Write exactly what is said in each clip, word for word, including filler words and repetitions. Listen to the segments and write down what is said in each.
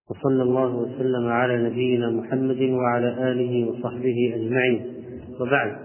وصلى الله وسلم على نبينا محمد وعلى آله وصحبه أجمعين، وبعد.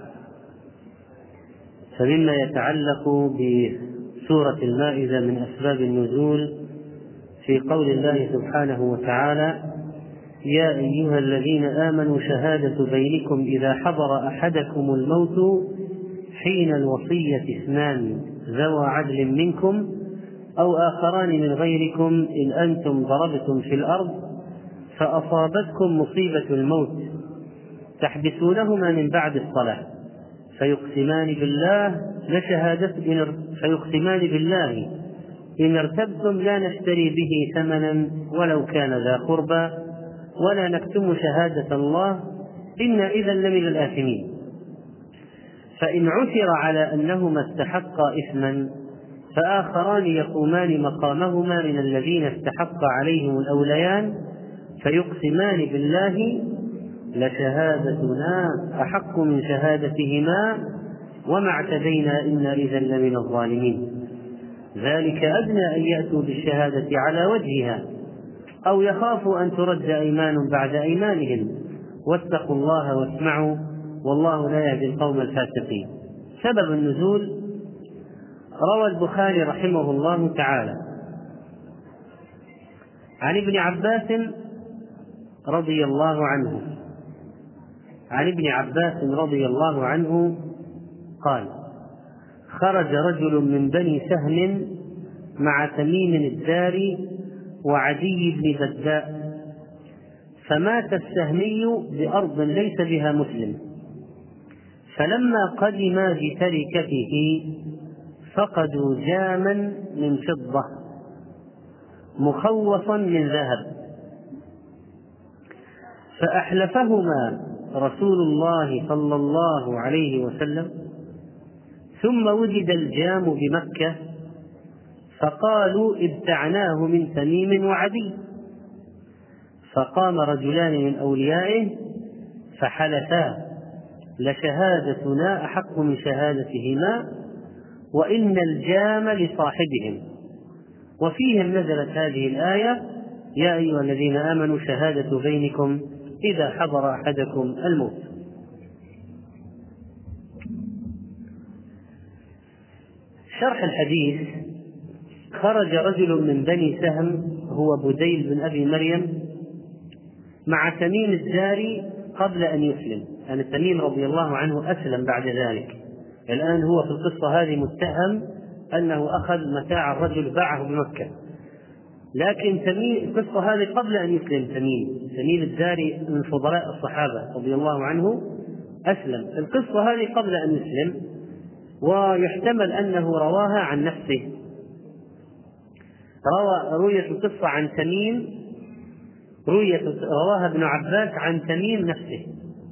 فمما يتعلق بسورة المائدة من أسباب النزول في قول الله سبحانه وتعالى: يا أيها الذين آمنوا شهادة بينكم إذا حضر أحدكم الموت حين الوصية اثنان ذوى عدل منكم أو آخران من غيركم إن أنتم ضربتم في الأرض فأصابتكم مصيبة الموت تحبسونهما من بعد الصلاة فيقسمان بالله لشهادة فيقسمان بالله إن ارتبتم لا نشتري به ثمنا ولو كان ذا قربى ولا نكتم شهادة الله إنا إذا لمن الآثمين. فإن عثر على أنهما استحقا إثما فآخران يقومان مقامهما من الذين استحق عليهم الأوليان فيقسمان بالله لشهادتنا أحق من شهادتهما وما اعتدينا إنا إذا لمن الظالمين. ذلك أدنى أن يأتوا بالشهادة على وجهها أو يخافوا أن ترد أيمان بعد أيمانهم واتقوا الله واسمعوا والله لا يهدي القوم الفاسقين. سبب النزول: روى البخاري رحمه الله تعالى عن ابن عباس رضي الله عنه عن ابن عباس رضي الله عنه قال: خرج رجل من بني سهم مع تميم الداري وعدي بن بداء فمات السهمي بأرض ليس بها مسلم، فلما قدما بتركته فقدوا جاما من فضة مخوصا من ذهب فأحلفهما رسول الله صلى الله عليه وسلم، ثم وجد الجام بمكة فقالوا ابتعناه من تميم وعدي، فقام رجلان من أوليائه فحلفا لشهادتنا أحق من شهادتهما وإن الجام لصاحبهم. وفيهم نزلت هذه الآية: يا أيها الذين آمنوا شهادة بينكم إذا حضر أحدكم الموت. شرح الحديث: خرج رجل من بني سهم هو بديل بن أبي مريم مع تميم الداري قبل أن يسلم، يعني تميم رضي الله عنه أسلم بعد ذلك. الآن هو في القصة هذه متهم أنه أخذ متاع الرجل باعه بمكة، لكن تميم القصة هذه قبل أن يسلم. تميم تميم الداري من فضلاء الصحابة رضي الله عنه أسلم. القصة هذه قبل أن يسلم، ويحتمل أنه رواها عن نفسه. روى روية القصة عن تميم روية رواها ابن عباس عن تميم نفسه.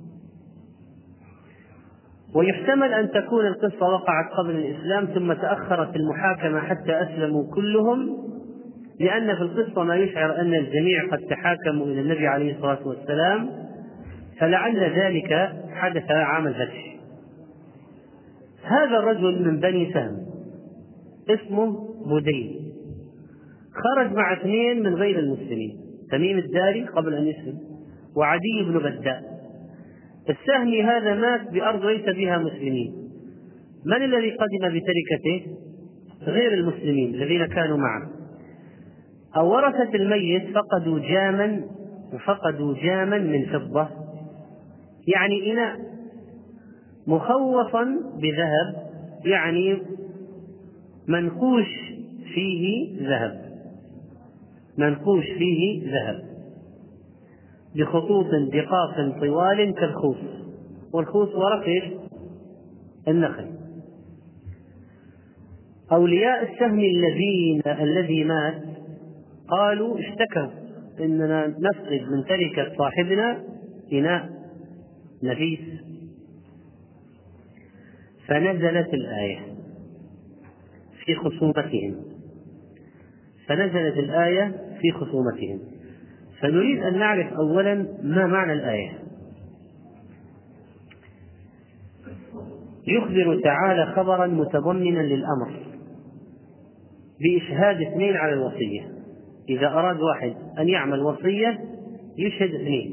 ويحتمل أن تكون القصة وقعت قبل الإسلام ثم تأخرت المحاكمة حتى أسلموا كلهم، لأن في القصة ما يشعر أن الجميع قد تحاكموا إلى النبي عليه الصلاة والسلام، فلعل ذلك حدث عام الفتح. هذا الرجل من بني سهم اسمه بديل، خرج مع اثنين من غير المسلمين: تميم الداري قبل أن يسلم وعدي بن بداء. السهمي هذا مات بأرض ليس بها مسلمين. من الذي قدم بتركته؟ غير المسلمين الذين كانوا معه. أو ورثة الميت فقدوا جاما وفقدوا جاما من فضة، يعني إناء مخوصا بذهب، يعني منقوش فيه ذهب منقوش فيه ذهب بخطوط دقاق طوال كالخوص، والخوص ورق النخل. أولياء السهم الذين الذي مات قالوا اشتكوا إننا نفقد من تركة صاحبنا إناء نفيس، فنزلت الآية في خصومتهم فنزلت الآية في خصومتهم فنريد أن نعرف أولا ما معنى الآية. يخبر تعالى خبرا متضمنا للأمر بإشهاد اثنين على الوصية، إذا أراد واحد أن يعمل وصية يشهد اثنين،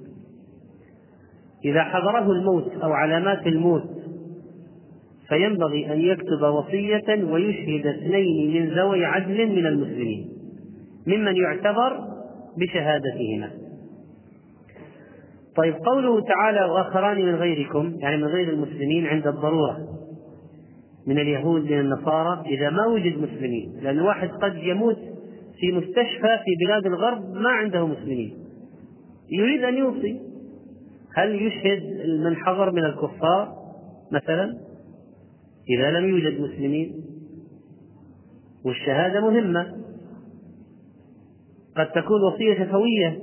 إذا حضره الموت أو علامات الموت فينبغي أن يكتب وصية ويشهد اثنين من ذوي عدل من المسلمين ممن يعتبر بشهادتهما. طيب، قوله تعالى وآخران من غيركم، يعني من غير المسلمين عند الضرورة، من اليهود من النصارى إذا ما وجد مسلمين، لأن واحد قد يموت في مستشفى في بلاد الغرب ما عنده مسلمين يريد أن يوصي، هل يشهد من حضر من الكفار مثلا إذا لم يوجد مسلمين؟ والشهادة مهمة، قد تكون وصية شفوية.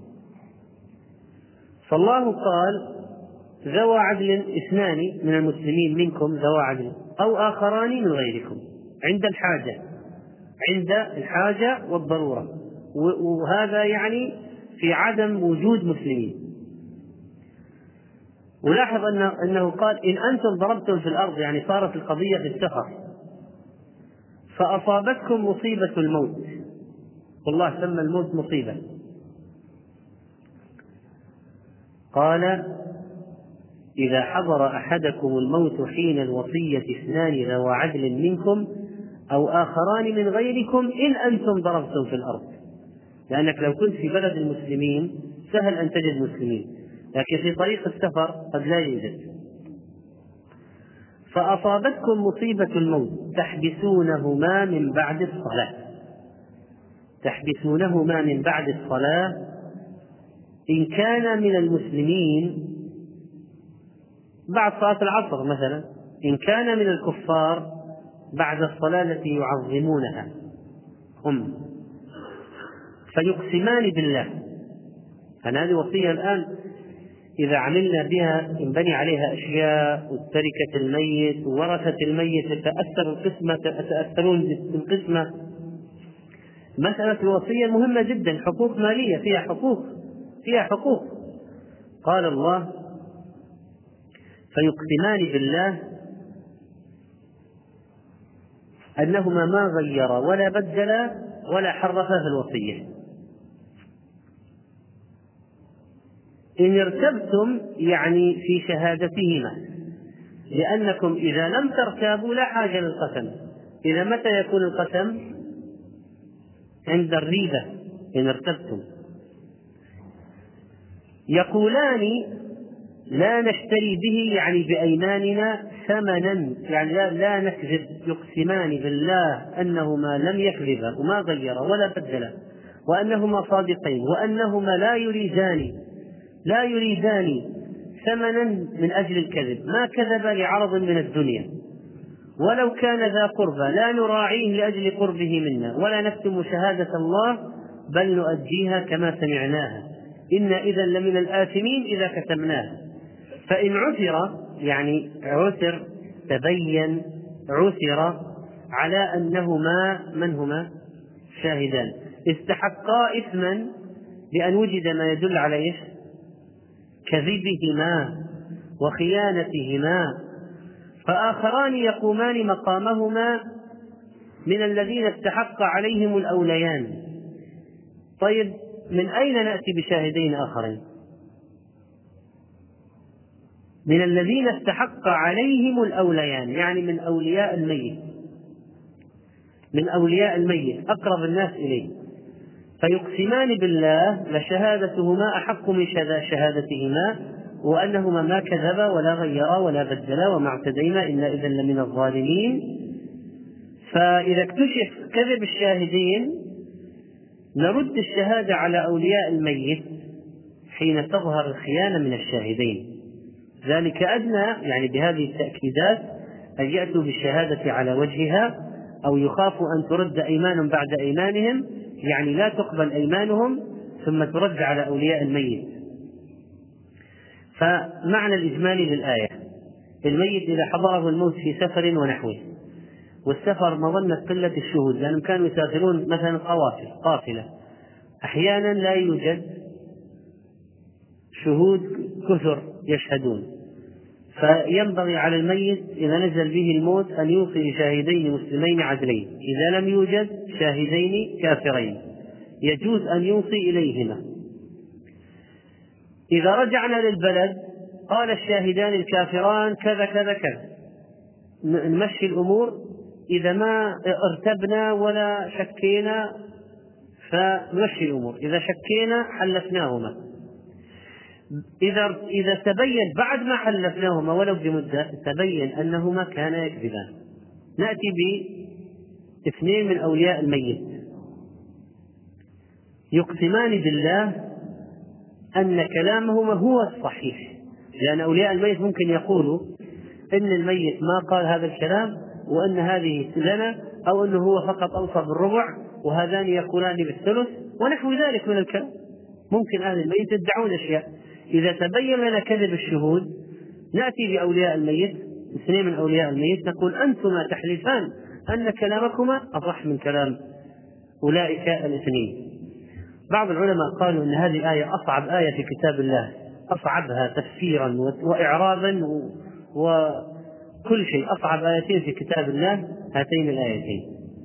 فالله قال ذوى عدل اثنان من المسلمين منكم ذوى عدل أو آخران من غيركم عند الحاجة، عند الحاجة والضرورة، وهذا يعني في عدم وجود مسلمين. ولاحظ أنه قال إن أنتم ضربتم في الأرض، يعني صارت القضية في السفر فأصابتكم مصيبة الموت، والله سمى الموت مصيبة، قال إذا حضر أحدكم الموت حين الوصية اثنان ذوى عدل منكم أو آخران من غيركم إن أنتم ضربتم في الأرض، لأنك لو كنت في بلد المسلمين سهل أن تجد مسلمين، لكن في طريق السفر قد لا يوجد. فأصابتكم مصيبة الموت تحبسونهما من بعد الصلاة، تحبسونهما من بعد الصلاة إن كان من المسلمين بعد صلاة العصر مثلا، إن كان من الكفار بعد الصلاة التي يعظمونها هم، فيقسمان بالله. أنا هذه وصية الآن إذا عملنا بها ينبني عليها أشياء، وتركة الميت وورثة الميت يتأثر القسمة يتأثرون بالقسمة. مسألة الوصية مهمة جدا، حقوق مالية، فيها حقوق فيها حقوق. قال الله فيقسمان بالله أنهما ما غير ولا بدل ولا حرف في الوصية. إن ارتبتم يعني في شهادتهما، لأنكم إذا لم ترتابوا لا حاجة للقسم. إذا متى يكون القسم؟ عند الريبة إن ارتبتم. يقولان لا نشتري به يعني بأيماننا ثمنا، يعني لا, لا نكذب. يقسمان بالله أنهما لم يكذبا وما غير ولا بدلا، وأنهما صادقين، وأنهما لا يريدان لا يريدان ثمنا من أجل الكذب، ما كذب لعرض من الدنيا، ولو كان ذا قربى لا نراعيه لأجل قربه منا، ولا نكتم شهادة الله بل نؤديها كما سمعناها، إن إذا لمن الآثمين إذا كتمناها. فإن عثر يعني عثر تبين عثر على أنهما من هما شاهدان استحقا إثما بأن وجد ما يدل على إيش؟ كذبهما وخيانتهما، فآخران يقومان مقامهما من الذين استحق عليهم الأوليان. طيب، من أين نأتي بشاهدين آخرين؟ من الذين استحق عليهم الأوليان، يعني من أولياء الميت، من أولياء الميت أقرب الناس إليه. فيقسمان بالله لشهادتهما أحق من شهادتهما، وأنهما ما كذبا ولا غيرا ولا بدلا وما اعتدينا إلا إذا لمن الظالمين. فإذا اكتشف كذب الشاهدين نرد الشهادة على أولياء الميت حين تظهر الخيانة من الشاهدين. ذلك أدنى يعني بهذه التأكيدات أن يأتوا بالشهادة على وجهها، أو يخاف أن ترد أيمان بعد أيمانهم، يعني لا تقبل أيمانهم ثم ترد على أولياء الميت. فمعنى الإجمالي للآية: الميت إذا حضره الموت في سفر ونحوه، والسفر مظنة قلة الشهود لأنهم كانوا يسافرون مثلا قوافل قافلة، أحيانا لا يوجد شهود كثر يشهدون، فينبغي على الميت إذا نزل به الموت أن يوصي شاهدين مسلمين عدلين، إذا لم يوجد شاهدين كافرين. يجوز أن يوصي إليهما. إذا رجعنا للبلد قال الشاهدان الكافران كذا كذا كذا، نمشي الأمور، إذا ما ارتبنا ولا شكينا فنمشي الأمور، إذا شكينا حلفناهما. إذا إذا تبين بعد ما حلفناهما ولو بمدة تبين أنهما كانا يكذبان، نأتي باثنين من أولياء الميت يقسمان بالله أن كلامهما هو الصحيح، لأن أولياء الميت ممكن يقولوا إن الميت ما قال هذا الكلام وأن هذه لنا، أو أنه هو فقط أوصى بالربع وهذان يقولان بالثلث ونحو ذلك من الكلام. ممكن أهل الميت يدعون أشياء، إذا تبين لنا كذب الشهود نأتي بأولياء الميت، اثنين من أولياء الميت، نقول أنتما تحلفان أن كلامكما أصح من كلام أولئك الاثنين. بعض العلماء قالوا أن هذه الآية أصعب آية في كتاب الله، أصعبها تفسيرا وإعرابا وكل شيء، أصعب آيتين في كتاب الله هاتين الآيتين.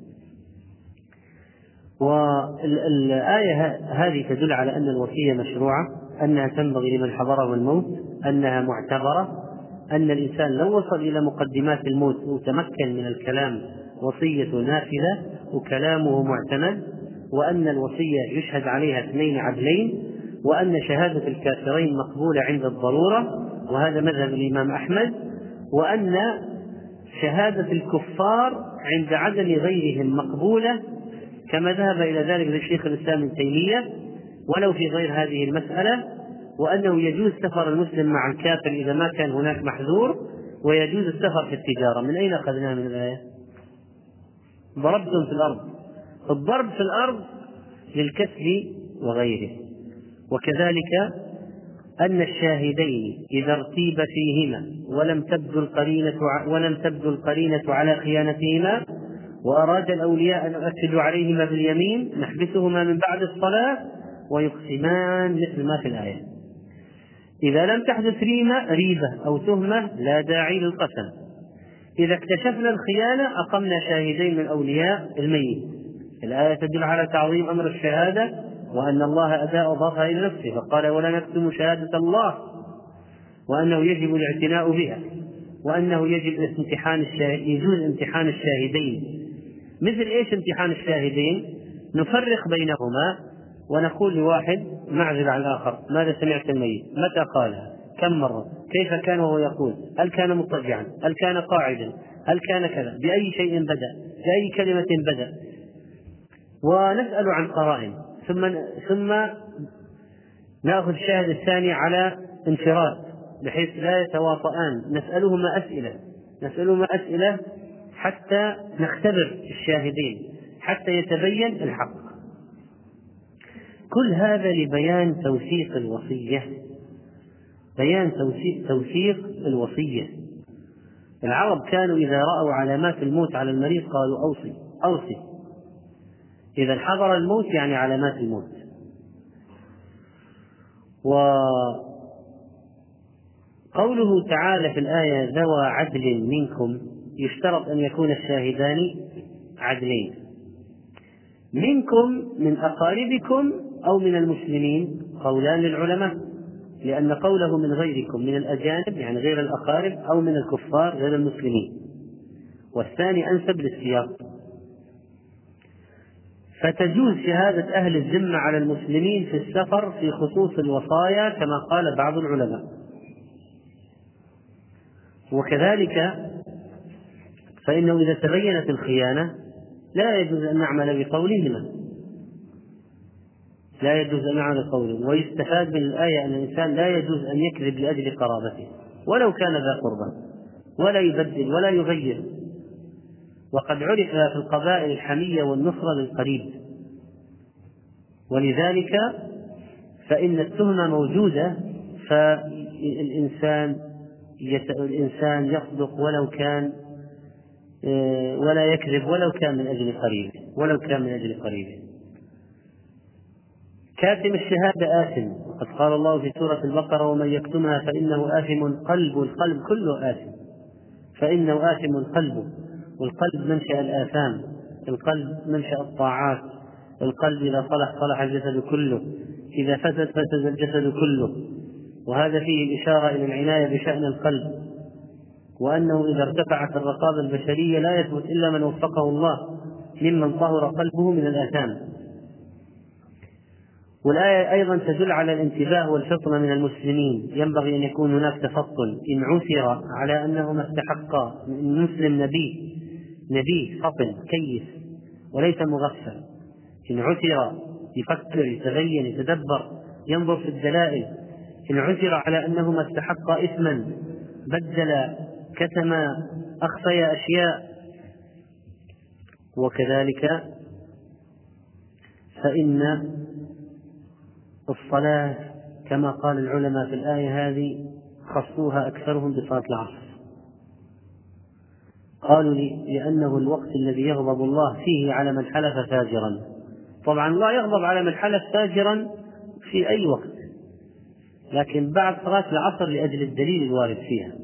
والآية هذه تدل على أن الوصية مشروعة، أنها تنبغي لمن حضره الموت، أنها معتبرة، أن الإنسان لو وصل إلى مقدمات الموت وتمكن من الكلام وصية نافذة وكلامه معتمد، وأن الوصية يشهد عليها اثنين عدلين، وأن شهادة الكافرين مقبولة عند الضرورة وهذا مذهب الإمام أحمد، وأن شهادة الكفار عند عدم غيرهم مقبولة كما ذهب إلى ذلك الشيخ الإسلام ابن تيمية ولو في غير هذه المسألة، وأنه يجوز سفر المسلم مع الكافر إذا ما كان هناك محذور، ويجوز السفر في التجارة. من أين أخذناها من الآية؟ ضربتم في الأرض، الضرب في الأرض للكسب وغيره. وكذلك أن الشاهدين إذا ارتيب فيهما ولم تبدو القرينة ولم تبدو القرينة على خيانتهما وأراد الأولياء أن يؤكدوا عليهما باليمين نحبسهما من بعد الصلاة ويقسمان مثل ما في الآية. إذا لم تحدث ريبة ريبة أو تهمة لا داعي للقسم. إذا اكتشفنا الخيانة أقمنا شاهدين من أولياء الميت. الآية تدل على تعظيم أمر الشهادة وأن الله أداء أضافها إلى نفسه، فقال ولا نكتم شهادة الله، وأنه يجب الاعتناء بها، وأنه يجب امتحان الشاهد، يجوز امتحان الشاهدين. مثل إيش امتحان الشاهدين؟ نفرق بينهما ونقول لواحد معزل عن الآخر ماذا سمعت الميت؟ متى قالها؟ كم مرة؟ كيف كان وهو يقول؟ هل كان مضطجعا؟ هل كان قاعدا؟ هل كان كذا؟ بأي شيء بدأ؟ بأي كلمة بدأ؟ ونسأل عن قرائن، ثم ثم نأخذ الشاهد الثاني على انفراد بحيث لا يتواطئان، نسألهما أسئلة نسألهما أسئلة حتى نختبر الشاهدين حتى يتبين الحق. كل هذا لبيان توثيق الوصية، بيان توثيق, توثيق الوصية. العرب كانوا إذا رأوا علامات الموت على المريض قالوا أوصي أوصي، إذا حضر الموت يعني علامات الموت. وقوله تعالى في الآية ذوى عدل منكم يشترط أن يكون الشاهدان عدلين، منكم من أقاربكم أو من المسلمين، قولان للعلماء، لأن قوله من غيركم من الأجانب يعني غير الأقارب أو من الكفار غير المسلمين، والثاني أنسب للسياق. فتجوز شهادة أهل الذمة على المسلمين في السفر في خصوص الوصايا كما قال بعض العلماء. وكذلك فإنه إذا تبينت الخيانة لا يجوز أن نعمل بقولهما، لا يجوز أن نعمل بقولهم. ويستفاد من الآية أن الإنسان لا يجوز أن يكذب لأجل قرابته ولو كان ذا قربى، ولا يبدل ولا يغير. وقد عرف في القبائل الحمية والنصرة للقريب، ولذلك فإن التهمة موجودة، فالإنسان الإنسان يصدق ولو كان ولا يكذب ولو كان من أجل قريبه ولو كان من أجل قريبه. كاتم الشهادة آثم، وقد قال الله في سورة البقرة ومن يكتمها فإنه آثم قلبه، القلب كله آثم، فإنه آثم قلبه، والقلب منشأ الآثام، القلب منشأ الطاعات، القلب إذا صلح صلح الجسد كله، إذا فسد فسد الجسد كله. وهذا فيه الإشارة إلى العناية بشأن القلب، وأنه إذا ارتفعت الرقابة البشرية لا يثبت إلا من وفقه الله ممن طهر قلبه من الآثام. والآية أيضا تدل على الانتباه والفطنة من المسلمين، ينبغي أن يكون هناك تفطن إن عثر على أنهما استحقا. المسلم نبي نبي فطن كيس وليس مغفل، إن عثر يفكر يتبين يتدبر ينظر في الدلائل. إن عثر على أنهما استحقا إثما بدل كتما أخفي أشياء. وكذلك فإن الصلاة كما قال العلماء في الآية هذه خصوها أكثرهم بصلاة العصر، قالوا لأنه الوقت الذي يغضب الله فيه على من حلف فاجرا. طبعا الله يغضب على من حلف فاجرا في أي وقت، لكن بعد صلاة العصر لأجل الدليل الوارد فيها.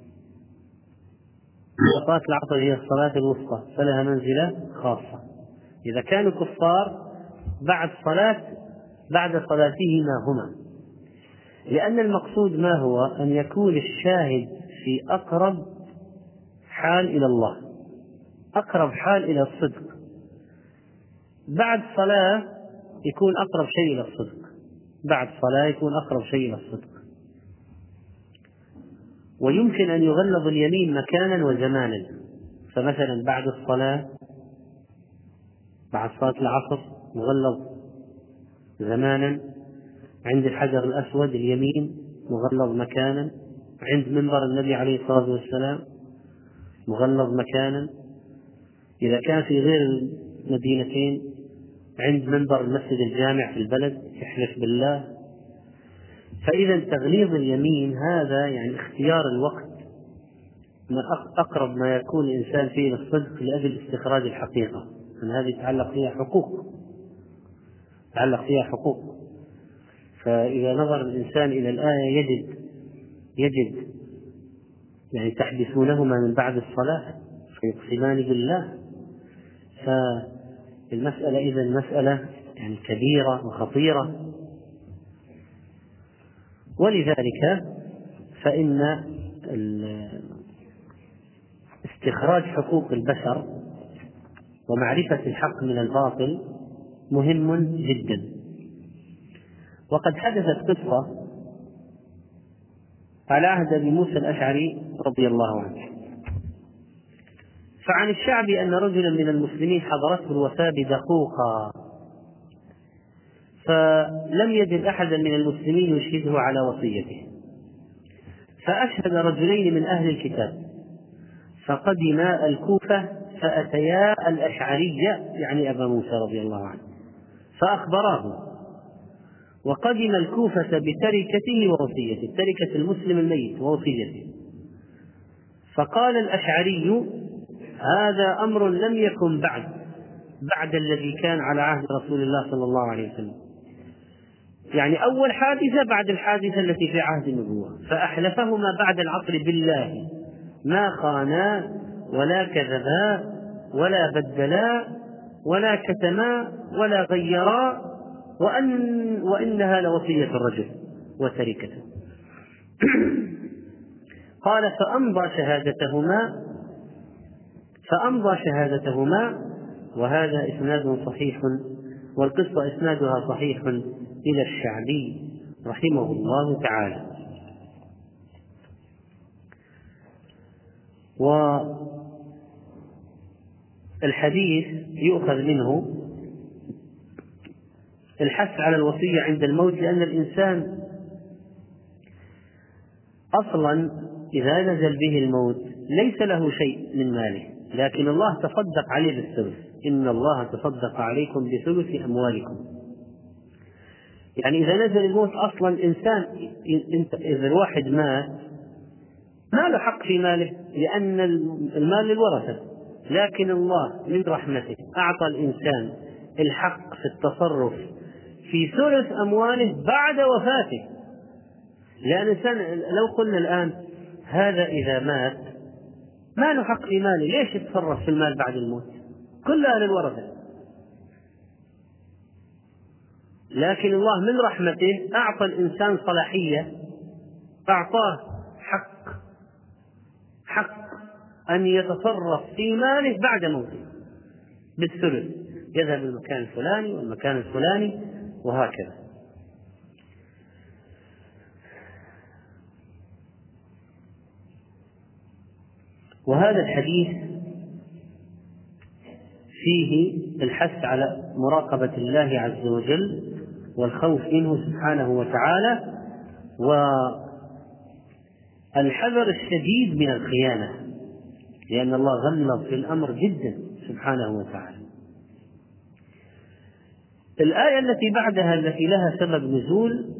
صلاة العصر هي الصلاة الوسطى فلها منزلة خاصة. إذا كانوا كفار بعد صلاة بعد صلاتهما هما، لأن المقصود ما هو أن يكون الشاهد في أقرب حال إلى الله، أقرب حال إلى الصدق. بعد صلاة يكون أقرب شيء إلى الصدق، بعد صلاة يكون أقرب شيء إلى الصدق. ويمكن أن يغلظ اليمين مكانا وزمانا، فمثلا بعد الصلاة بعد صلاة العصر مغلظ زمانا، عند الحجر الأسود اليمين مغلظ مكانا، عند منبر النبي عليه الصلاة والسلام مغلظ مكانا، إذا كان في غير المدينتين عند منبر المسجد الجامع في البلد يحلف بالله. فإذا تغليظ اليمين هذا يعني اختيار الوقت ما أقرب ما يكون الإنسان فيه للصدق لأجل استخراج الحقيقة، أن هذه يتعلق فيها حقوق يتعلق فيها حقوق. فإذا نظر الإنسان إلى الآية يجد يجد يعني تحدثونهما من بعد الصلاة فيقسمان بالله. فالمسألة إذن مسألة يعني كبيرة وخطيرة. ولذلك فإن استخراج حقوق البشر ومعرفة الحق من الباطل مهم جدا. وقد حدثت قصة على عهد أبي موسى الأشعري رضي الله عنه. فعن الشعب أن رجلا من المسلمين حضرته الوفاة بدقوقة، فلم يجد أحدا من المسلمين يشهده على وصيته، فأشهد رجلين من أهل الكتاب، فقدما الكوفة فأتيا الأشعرية يعني أبا موسى رضي الله عنه فأخبراه. وقدم الكوفة بتركته ووصيته، تركة المسلم الميت ووصيته. فقال الأشعري: هذا أمر لم يكن بعد بعد الذي كان على عهد رسول الله صلى الله عليه وسلم، يعني أول حادثة بعد الحادثة التي في عهد النبوة. فأحلفهما بعد العصر بالله ما خانا ولا كذبا ولا بدلا ولا كتما ولا غيرا، وأن وإنها لوصية الرجل وتركته. قال: فأمضى شهادتهما فأمضى شهادتهما وهذا إسناد صحيح، والقصة إسنادها صحيح إلى الشعبي رحمه الله تعالى. والحديث يؤخذ منه الحث على الوصية عند الموت، لأن الإنسان أصلا إذا نزل به الموت ليس له شيء من ماله، لكن الله تصدق عليه بالثلث، إن الله تصدق عليكم بثلث أموالكم. يعني إذا نزل الموت أصلا الإنسان إذا الواحد مات ما له حق في ماله، لأن المال للورثة، لكن الله من رحمته أعطى الإنسان الحق في التصرف في ثلث أمواله بعد وفاته. لأن الإنسان لو قلنا الآن هذا إذا مات ما له حق في ماله، ليش يتصرف في المال بعد الموت؟ كلها للورثة. لكن الله من رحمته أعطى الإنسان صلاحية، أعطاه حق حق أن يتصرف في ماله بعد موته بالثلث، يذهب المكان الفلاني والمكان الفلاني وهكذا. وهذا الحديث فيه الحث على مراقبة الله عز وجل والخوف منه سبحانه وتعالى، والحذر الشديد من الخيانة، لأن الله غلظ في الأمر جدا سبحانه وتعالى. الآية التي بعدها التي لها سبب نزول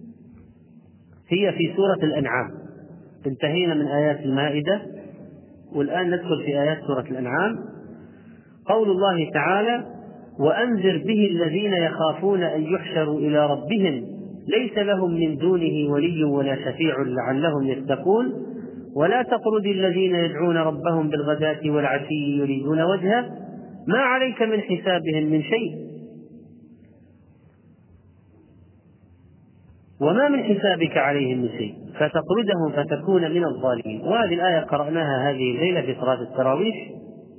هي في سورة الأنعام. انتهينا من آيات المائدة والآن ندخل في آيات سورة الأنعام. قول الله تعالى: وأنذر به الذين يخافون أن يحشروا إلى ربهم ليس لهم من دونه ولي ولا شفيع لعلهم يتقون ولا تطرد الذين يدعون ربهم بالغداة والعشي يريدون وجهه ما عليك من حسابهم من شيء وما من حسابك عليهم من شيء فتطردهم فتكون من الظالمين. وهذه الآية قرأناها هذه الليلة في صلاة التراويح،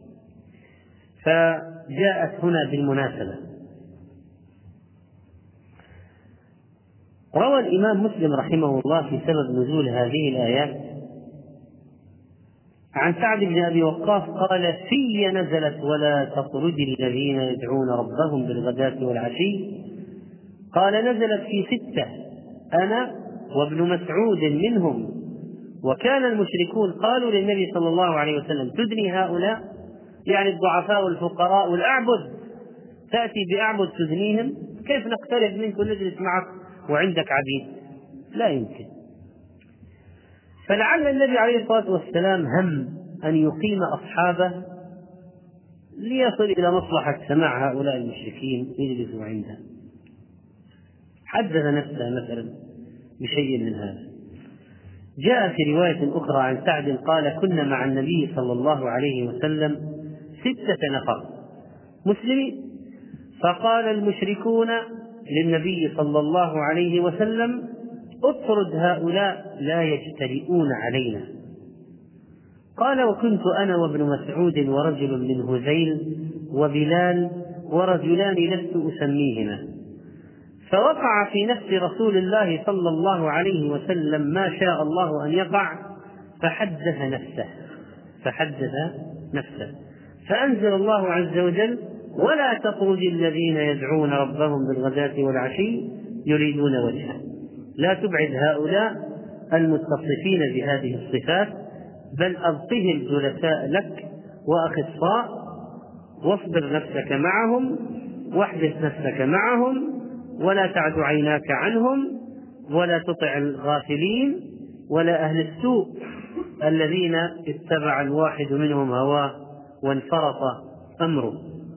فجاءت هنا بالمناسبة. روى الإمام مسلم رحمه الله في سبب نزول هذه الآيات عن سعد بن أبي وقاص قال: في نزلت ولا تطرد الذين يدعون ربهم بالغداة والعشي. قال: نزلت في ستة أنا وابن مسعود منهم، وكان المشركون قالوا للنبي صلى الله عليه وسلم: تدني هؤلاء، يعني الضعفاء والفقراء والأعبد، تأتي بأعبد تدنيهم؟ كيف نقترب منك ونجلس معك وعندك عبيد؟ لا يمكن. فلعل النبي عليه الصلاة والسلام هم أن يقيم أصحابه ليصل إلى مصلحة سماع هؤلاء المشركين يجلسوا عنده، حدث نفسه مثلا بشيء من هذا. جاء في رواية أخرى عن سعد قال: كنا مع النبي صلى الله عليه وسلم ستة نفر مسلمين، فقال المشركون للنبي صلى الله عليه وسلم: اطرد هؤلاء لا يجترئون علينا. قال: وكنت أنا وابن مسعود ورجل من هذيل وبلال ورجلان لست أسميهما، فوقع في نفس رسول الله صلى الله عليه وسلم ما شاء الله أن يقع، فحدث نفسه فحدث نفسه فأنزل الله عز وجل: ولا تطرد الذين يدعون ربهم بالغداة والعشي يريدون وجهه. لا تبعد هؤلاء المتصفين بهذه الصفات، بل أبقهم جلساء لك وأخصاء، واصبر نفسك معهم واحدث نفسك معهم، ولا تعد عيناك عنهم، ولا تطع الغافلين ولا أهل السوء الذين اتبع الواحد منهم هواه وانفرط أمره.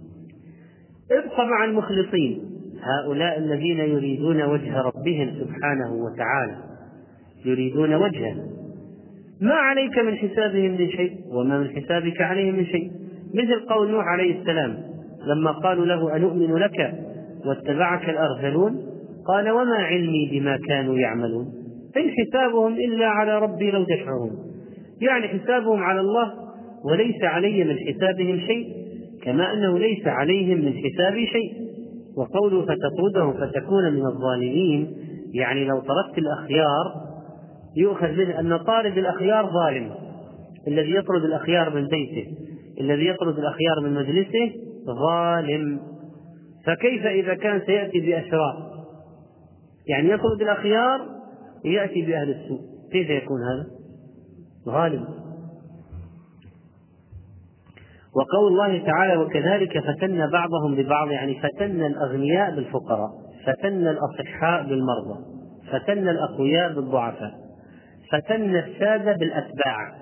ابق مع المخلصين، هؤلاء الذين يريدون وجه ربهم سبحانه وتعالى، يريدون وجهه. ما عليك من حسابهم من شيء وما من حسابك عليهم من شيء، مثل قول نوح عليه السلام لما قالوا له: أنؤمن لك واتبعك الأرذلون؟ قال: وما علمي بما كانوا يعملون، إن حسابهم إلا على ربي لو تشعرون. يعني حسابهم على الله وليس علي من حسابهم شيء، كما أنه ليس عليهم من حسابي شيء. وقوله فتطردهم فتكون من الظالمين، يعني لو طردت الأخيار يؤخذ منه أن طارد الأخيار ظالم، الذي يطرد الأخيار من بيته، الذي يطرد الأخيار من مجلسه ظالم. فكيف إذا كان سيأتي بأشرار، يعني يطرد الأخيار ويأتي بأهل السوء، كيف يكون هذا؟ ظالم. وقول الله تعالى: وكذلك فتنا بعضهم ببعض، يعني فتنا الأغنياء بالفقراء، فتنا الأصحاء بالمرضى، فتنا الأقوياء بالضعفاء، فتنا السادة بالأتباع،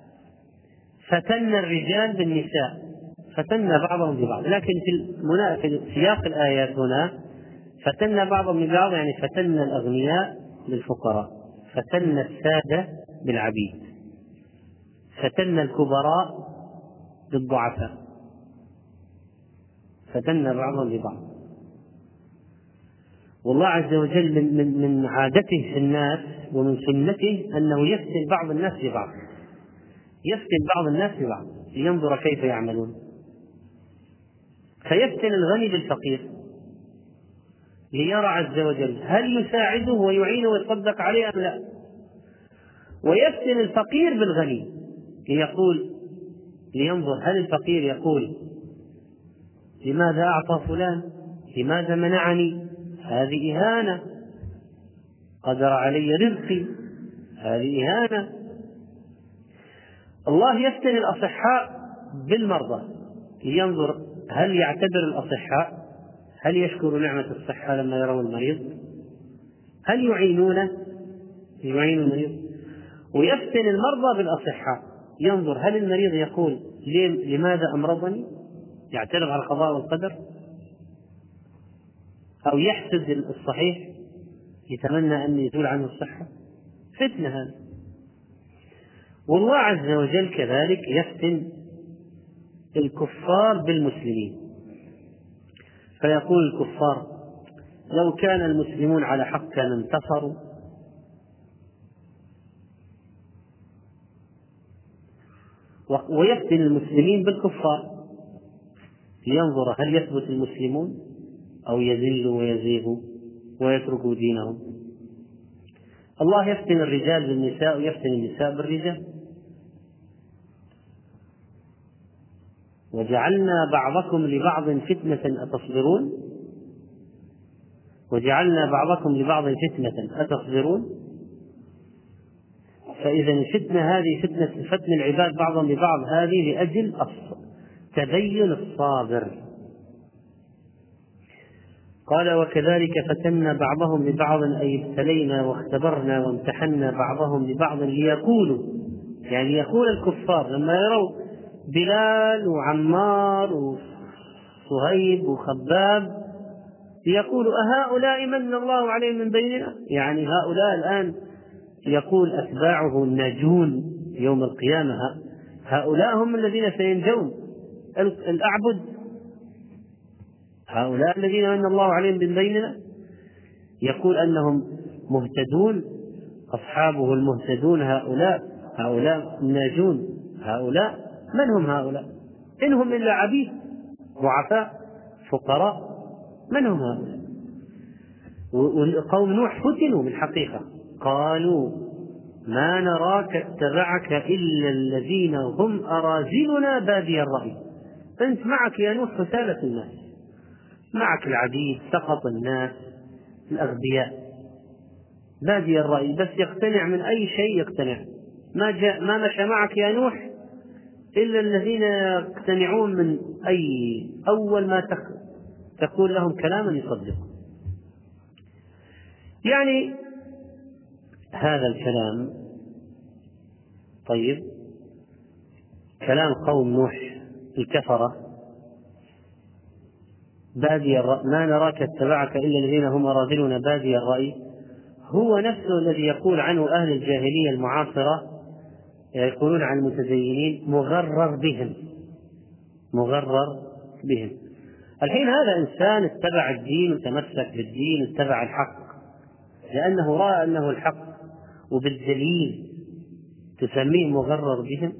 فتنا الرجال بالنساء، فتنا بعضهم ببعض. لكن في سياق الآيات هنا فتنا بعضهم ببعض، يعني فتنا الأغنياء بالفقراء، فتنا السادة بالعبيد، فتنا الكبراء بالضعفاء، فتنا بعضهم ببعض. والله عز وجل من, من, من عادته في الناس ومن سنته أنه يفتن بعض الناس ببعض، يفتن بعض الناس ببعض لينظر كيف يعملون. فيفتن الغني بالفقير ليرى عز وجل هل يساعده ويعينه ويصدق عليه أم لا، ويفتن الفقير بالغني ليقول لينظر هل الفقير يقول لماذا أعطى فلان، لماذا منعني، هذه إهانة، قدر علي رزقي، هذه إهانة. الله يفتن الأصحاء بالمرضى لينظر هل يعتبر الأصحاء، هل يشكر نعمة الصحة لما يرون المريض، هل يعينونه يعين المريض. ويفتن المرضى بالأصحاء ينظر هل المريض يقول لماذا أمرضني، يعترض على القضاء والقدر، أو يحسد الصحيح يتمنى أن يزول عنه الصحة. فتنة هذا. والله عز وجل كذلك يفتن الكفار بالمسلمين، فيقول الكفار لو كان المسلمون على حق كان انتصروا، ويفتن المسلمين بالكفار لينظر هل يثبت المسلمون أو يذلوا ويزيغوا ويتركوا دينهم. الله يفتن الرجال بالنساء ويفتن النساء بالرجال. وجعلنا بعضكم لبعض فتنة أتصبرون وجعلنا بعضكم لبعض فتنة أتصبرون. فإذا الفتنة هذه فتنة فتن العباد بعضهم ببعض هذه لأجل تبين الصابر. قال وكذلك فتنا بعضهم ببعض أي ابتلينا واختبرنا وامتحنا بعضهم ببعض ليقولوا، يعني يقول الكفار لما يروا بلال وعمار وصهيب وخباب يقولوا أهؤلاء من الله عليهم من بيننا، يعني هؤلاء الآن يقول أتباعه الناجون يوم القيامة هؤلاء هم الذين سينجون الأعبد، هؤلاء الذين من الله عليهم من بيننا، يقول أنهم مهتدون أصحابه المهتدون هؤلاء هؤلاء الناجون هؤلاء من هم هؤلاء؟ إنهم إلا عبيد ضعفاء فقراء، من هم هؤلاء؟ وقوم نوح فتنوا بالحقيقة قالوا ما نراك اتبعك إلا الذين هم أراذلنا بادي الرأي. أنت معك يا نوح رسالة الناس، معك العبيد سقط الناس الأغبياء بادي الرأي، بس يقتنع من أي شيء يقتنع، ما جاء ما مشى معك يا نوح إلا الذين يقتنعون من أي أول ما تقول لهم كلاما يصدقون. يعني هذا الكلام طيب كلام قوم نوح الكفرة بادي الرأي ما نراك اتبعك إلا الذين هم أراذلنا بادي الرأي، هو نفسه الذي يقول عنه أهل الجاهلية المعاصرة، يقولون عن المتدينين مغرر بهم مغرر بهم. الحين هذا إنسان اتبع الدين وتمسك بالدين اتبع الحق لأنه رأى أنه الحق وبالدليل تسميه مغرر بهم.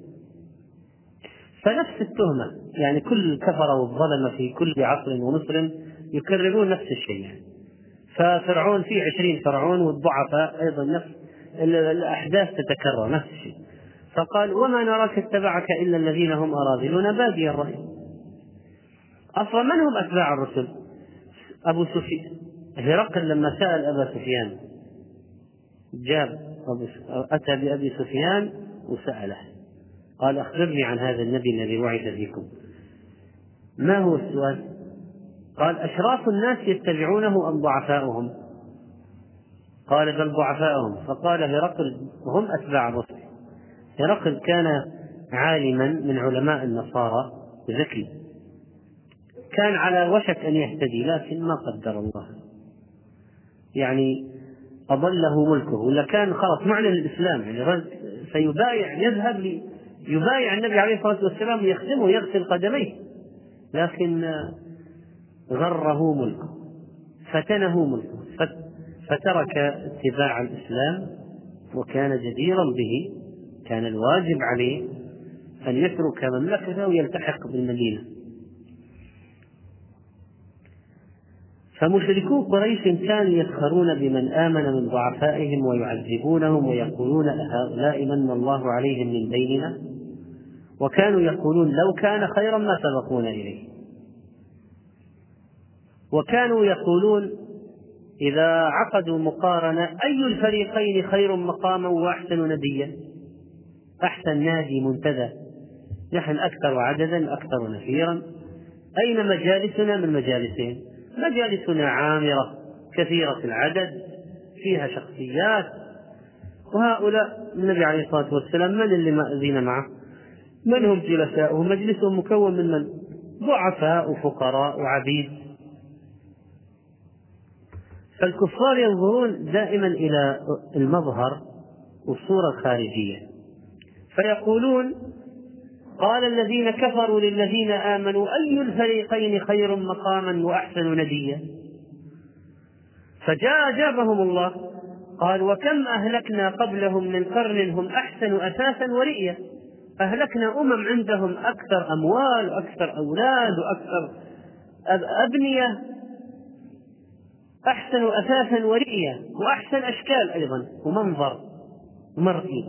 فنفس التهمة، يعني كل الكفر والظلم في كل عصر ومصر يكررون نفس الشيء. يعني ففرعون في عشرين فرعون والضعفاء أيضا نفس الأحداث تتكرر نفس الشيء. فقال وما نراك اتبعك إلا الذين هم أراذلون بادي الرأي. أصلا من هم أتباع الرسل؟ أبو سفيان هرقل لما سأل أبا سفيان جاب أتى بأبي سفيان وسأله قال أخبرني عن هذا النبي الذي وعد فيكم. ما هو السؤال؟ قال أشراف الناس يتبعونه أم ضعفاؤهم؟ قال بل ضعفاؤهم. فقال هرقل هم أتباع الرسل. هرقل كان عالما من علماء النصارى ذكي، كان على وشك أن يهتدي لكن ما قدر الله، يعني أضله ملكه، ولا كان خلاص معلن الإسلام، يعني سيبايع يذهب لي يبايع النبي عليه الصلاة والسلام يخدمه يغسل قدميه، لكن غره ملكه فتنه ملكه فترك اتباع الإسلام، وكان جديرا به، كان الواجب عليه أن يترك مملكته ويلتحق بالمدينة. فمشركو قريش كانوا يسخرون بمن آمن من ضعفائهم ويعذبونهم ويقولون هؤلاء من الله عليهم من بيننا، وكانوا يقولون لو كان خيرا ما سبقونا إليه، وكانوا يقولون إذا عقدوا مقارنة أي الفريقين خير مقاما وأحسن نديا، أحسن نادي منتدى، نحن أكثر عددا أكثر نفيرا، أين مجالسنا من مجالسهم؟ مجالسنا عامرة كثيرة العدد فيها شخصيات، وهؤلاء النبي عليه الصلاة والسلام من اللي مأذين معه؟ من هم جلساؤه؟ مجلسهم مكون من من؟ ضعفاء وفقراء وعبيد. فالكفار ينظرون دائما إلى المظهر والصورة الخارجية، فيقولون قال الذين كفروا للذين آمنوا أي الفريقين خير مقاما وأحسن نديا. فجاء أجابهم الله قال وكم أهلكنا قبلهم من قرن هم أحسن أثاثا ورئيا. أهلكنا أمم عندهم أكثر أموال وأكثر أولاد وأكثر أبنية، أحسن أثاثا ورئيا وأحسن أشكال أيضا ومنظر مرئي.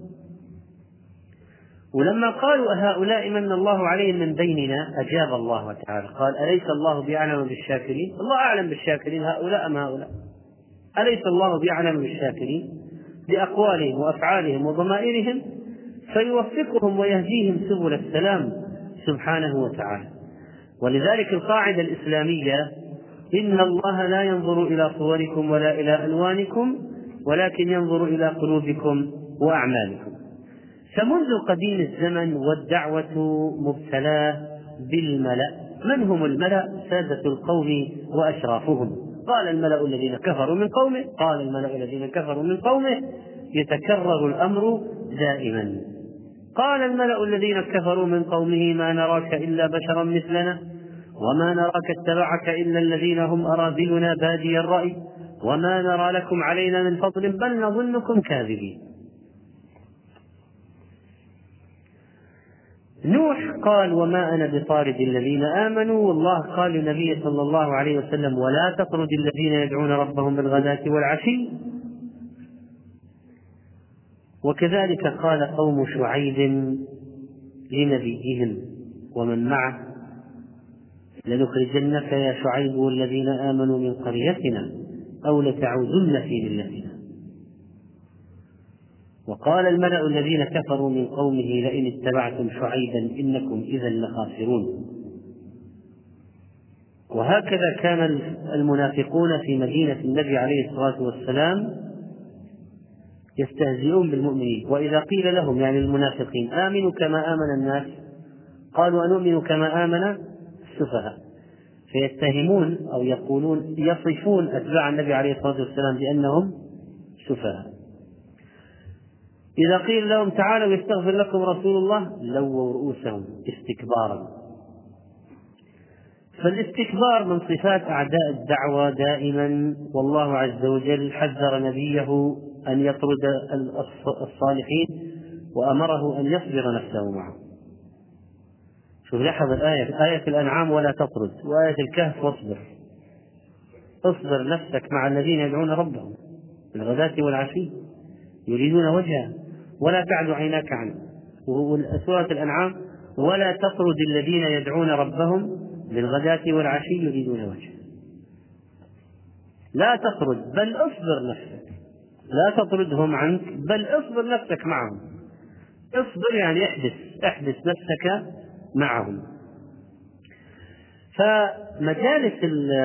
ولما قالوا هؤلاء من الله عليهم من بيننا أجاب الله تعالى قال أليس الله بأعلم بالشاكرين؟ الله أعلم بالشاكرين، هؤلاء أم هؤلاء؟ أليس الله بأعلم بالشاكرين بأقوالهم وأفعالهم وضمائرهم؟ فيوفقهم ويهديهم سبل السلام سبحانه وتعالى. ولذلك القاعدة الإسلامية إن الله لا ينظر إلى صوركم ولا إلى ألوانكم ولكن ينظر إلى قلوبكم وأعمالكم. فمنذ قديم الزمن والدعوة مبتلاة بالملأ. من هم الملأ؟ سادة القوم وأشرافهم. قال الملأ الذين كفروا من قومه، قال الملأ الذين كفروا من قومه، يتكرر الأمر دائما. قال الملأ الذين كفروا من قومه ما نراك إلا بشرا مثلنا وما نراك اتبعك إلا الذين هم أراذلنا بادي الرأي وما نرى لكم علينا من فضل بل نظنكم كاذبين. نوح قال وما أنا بطارد الذين آمنوا، والله قال للنبي صلى الله عليه وسلم ولا تطرد الذين يدعون ربهم بالغداة والعشي. وكذلك قال قوم شعيب لنبيهم ومن معه لنخرجنك يا شعيب والذين آمنوا من قريتنا أو لتعودن في ملتنا. وقال الملأ الذين كفروا من قومه لئن اتبعتم شعيبا إنكم إذا لخاسرون. وهكذا كان المنافقون في مدينة النبي عليه الصلاة والسلام يستهزئون بالمؤمنين، وإذا قيل لهم يعني المنافقين آمنوا كما آمن الناس قالوا أنؤمن كما آمن السفهاء، فيتهمون أو يقولون يصفون أتباع النبي عليه الصلاة والسلام بأنهم سفهاء. إذا قيل لهم تعالوا يستغفر لكم رسول الله لووا رؤوسهم استكبارا. فالاستكبار من صفات أعداء الدعوة دائما، والله عز وجل حذر نبيه أن يطرد الصالحين وأمره أن يصبر نفسه معه. شوف لاحظ الآية، آية الأنعام ولا تطرد، وآية الكهف واصبر. اصبر نفسك مع الذين يدعون ربهم بالغداة والعشي يريدون وجهه ولا تعد عيناك عنه. وسورة الأنعام ولا تطرد الذين يدعون ربهم بالغداة والعشي يريدون وجهه. لا تطرد بل اصبر نفسك، لا تطردهم عنك بل اصبر نفسك معهم. اصبر يعني احدث احدث نفسك معهم. فمجالس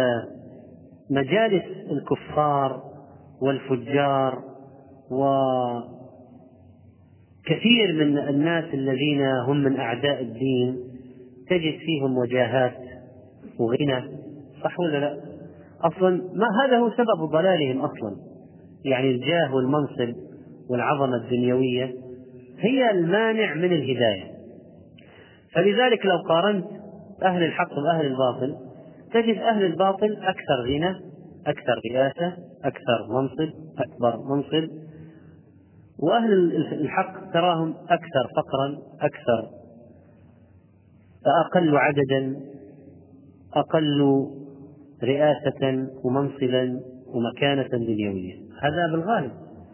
مجالس الكفار والفجار وكثير من الناس الذين هم من أعداء الدين تجد فيهم وجاهات وغنى، صح ولا لا؟ أصلا ما هذا هو سبب ضلالهم أصلا، يعني الجاه والمنصب والعظمة الدنيوية هي المانع من الهداية. فلذلك لو قارنت أهل الحق بأهل الباطل تجد أهل الباطل أكثر غنى أكثر رئاسة، أكثر منصب، أكبر منصب. وأهل الحق تراهم أكثر فقرا، أكثر أقل عددا، أقل رئاسة ومنصبا ومكانة دنيوية. هذا بالغالب.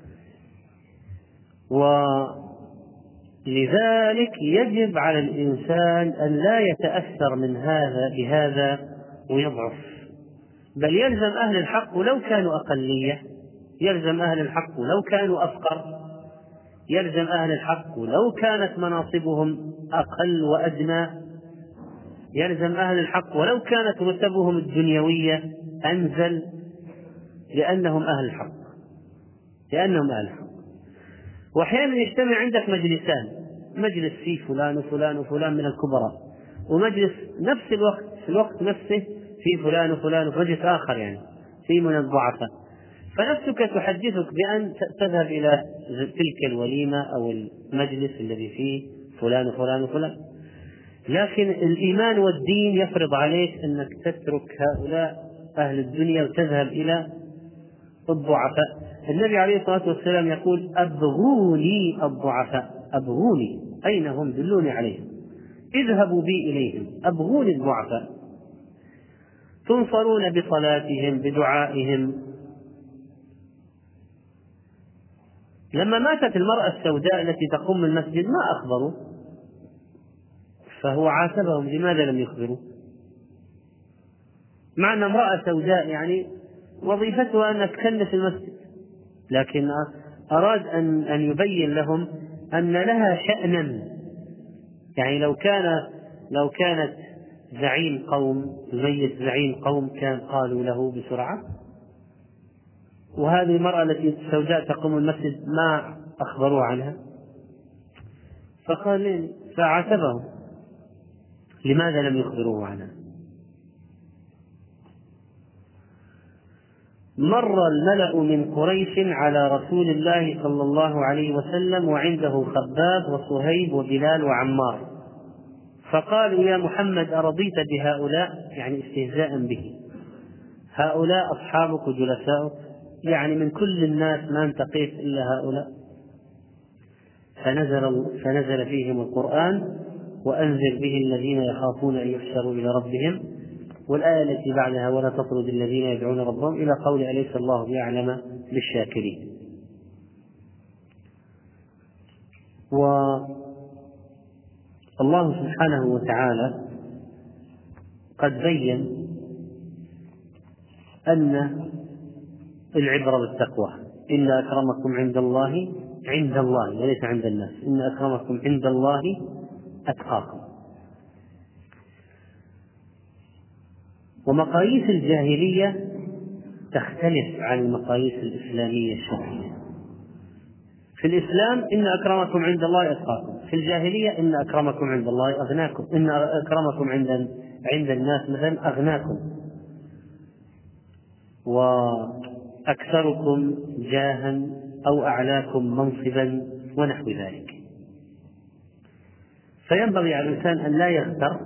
ولذلك يجب على الإنسان أن لا يتأثر من هذا بهذا ويضعف، بل يلزم أهل الحق ولو كانوا أقلية، يلزم أهل الحق ولو كانوا أفقر، يلزم أهل الحق ولو كانت مناصبهم أقل وأدنى، يلزم أهل الحق ولو كانت رتبهم الدنيوية أنزل، لأنهم أهل الحق، لأنهم أهل الحق. وأحيانا يجتمع عندك مجلسان، مجلس فيه فلان وفلان وفلان من الكبراء، ومجلس نفس الوقت في الوقت نفسه في فلان وفلان، ومجلس آخر يعني في من الضعفاء، فنفسك تحدثك بأن تذهب إلى تلك الوليمة أو المجلس الذي فيه فلان وفلان وفلان. لكن الإيمان والدين يفرض عليك أنك تترك هؤلاء أهل الدنيا وتذهب إلى الضعفاء. النبي عليه الصلاة والسلام يقول: أبغوني الضعفاء، أبغوني، أين هم؟ دلوني عليهم، اذهبوا بي إليهم، أبغوني الضعفاء. تنصرون بصلاتهم بدعائهم. لما ماتت المرأة السوداء التي تقوم المسجد ما أخبروا، فهو عاتبهم: لماذا لم يخبروا؟ مع أن امرأة سوداء يعني وظيفتها أن تكنس المسجد، لكن أراد أن أن يبين لهم أن لها شأنا. يعني لو كان لو كانت زعيم قوم، تميز زعيم قوم، كان قالوا له بسرعة. وهذه المرأة التي السوداء تقوم المسجد ما أخبروا عنها، فقال فعاتبهم: لماذا لم يخبروه عنها؟ مر الملأ من قريش على رسول الله صلى الله عليه وسلم وعنده خباب وصهيب وبلال وعمار، فقالوا: يا محمد أرضيت بهؤلاء؟ يعني استهزاء به، هؤلاء أصحابك وجلساؤك، يعني من كل الناس ما انتقيت إلا هؤلاء. فنزل, فنزل فيهم القرآن: وأنذر به الذين يخافون أن يحشروا إلى ربهم، والآية التي بعدها: ولا تطرد الذين يدعون ربهم، إلى قول: أليس الله بأعلم بالشاكرين. والله سبحانه وتعالى قد بين أن العبرة بالتقوى: إن أكرمكم عند الله، عند الله وليس عند الناس، إن أكرمكم عند الله أتقاكم. ومقاييس الجاهلية تختلف عن المقاييس الإسلامية الشرعية. في الإسلام: إن أكرمكم عند الله أتقاكم. في الجاهلية: إن أكرمكم عند الله أغناكم، إن أكرمكم عند عند الناس مثلا أغناكم، وأكثركم جاها أو أعلاكم منصبا ونحو ذلك. فينبغي على الإنسان أن لا يغتر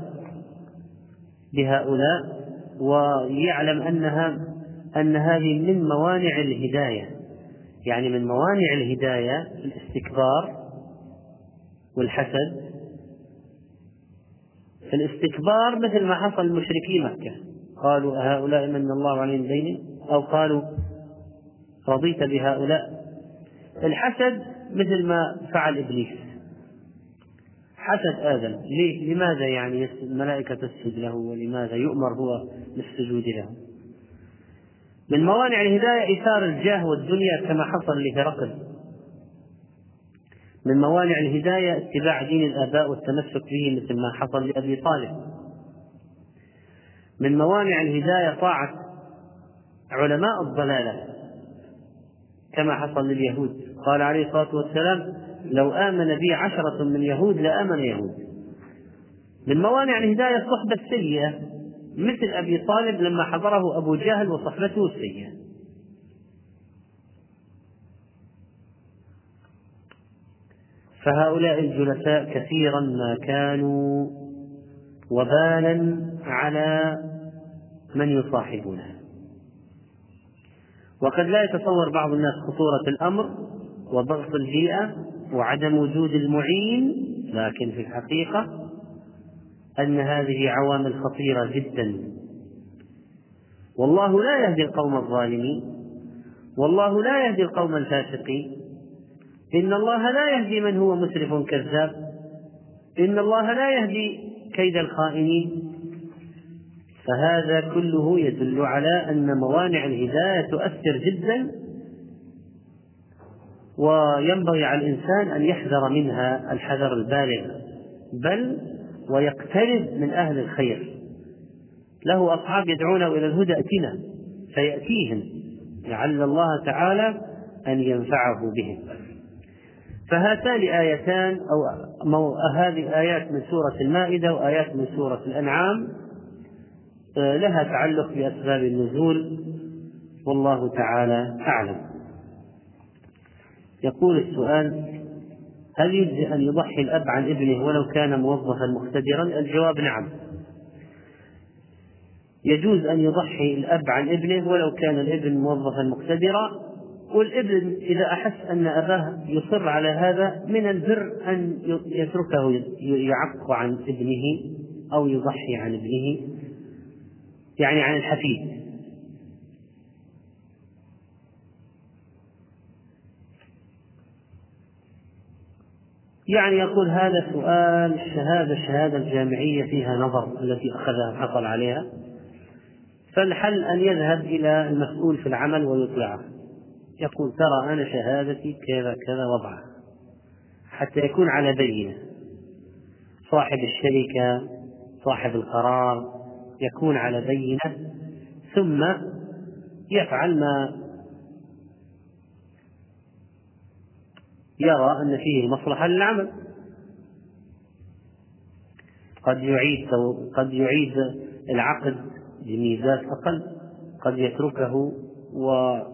بهؤلاء، ويعلم أنها أن هذه من موانع الهداية. يعني من موانع الهداية الاستكبار والحسد. الاستكبار مثل ما حصل لمشركي مكة، قالوا: هؤلاء من الله عليهم ديني، أو قالوا: رضيت بهؤلاء. الحسد مثل ما فعل إبليس، حسد آدم. ليه؟ لماذا يعني الملائكة تسجد له، ولماذا يؤمر هو بالسجود له؟ من موانع الهداية إثار الجاه والدنيا كما حصل لهرقل. من موانع الهداية اتباع دين الآباء والتمسك به مثل ما حصل لأبي طالب. من موانع الهداية طاعة علماء الضلالة كما حصل لليهود. قال عليه الصلاة والسلام: لو آمن بي عشرة من يهود لآمن يهود. من موانع الهداية الصحبة السيئة مثل أبي طالب لما حضره أبو جهل وصحبته السيئة. فهؤلاء الجلساء كثيرا ما كانوا وبالا على من يصاحبونه. وقد لا يتصور بعض الناس خطورة الأمر وضغط البيئة وعدم وجود المعين، لكن في الحقيقة أن هذه عوامل خطيرة جدا. والله لا يهدي القوم الظالمين، والله لا يهدي القوم الفاسقين، إن الله لا يهدي من هو مسرف كذاب، إن الله لا يهدي كيد الخائنين. فهذا كله يدل على أن موانع الهداية تؤثر جدا، وينبغي على الإنسان أن يحذر منها الحذر البالغ، بل ويقترب من أهل الخير. له أصحاب يدعونه إلى الهدى ائتنا فيأتيهم، لعل الله تعالى أن ينفعه بهم. فهاتان آيتان أو هذه آيات من سورة المائدة وآيات من سورة الأنعام لها تعلق بأسباب النزول، والله تعالى أعلم. يقول السؤال: هل يجزي أن يضحي الأب عن ابنه ولو كان موظفا مقتدرا؟ الجواب: نعم، يجوز أن يضحي الأب عن ابنه ولو كان الابن موظفا مقتدرا. والابن إذا أحس أن أباه يصر على هذا من البر أن يتركه يعق عن ابنه أو يضحي عن ابنه، يعني عن الحفيد. يعني يقول هذا سؤال الشهادة الشهادة الجامعية فيها نظر التي أخذها حصل عليها، فالحل أن يذهب إلى المسؤول في العمل ويطلعه، يقول: ترى أنا شهادتي كذا كذا وضعها، حتى يكون على بينة. صاحب الشركة صاحب القرار يكون على بينة، ثم يفعل ما يرى أن فيه المصلحة للعمل. قد يعيد قد يعيد العقد بميزات أقل، قد يتركه ويرى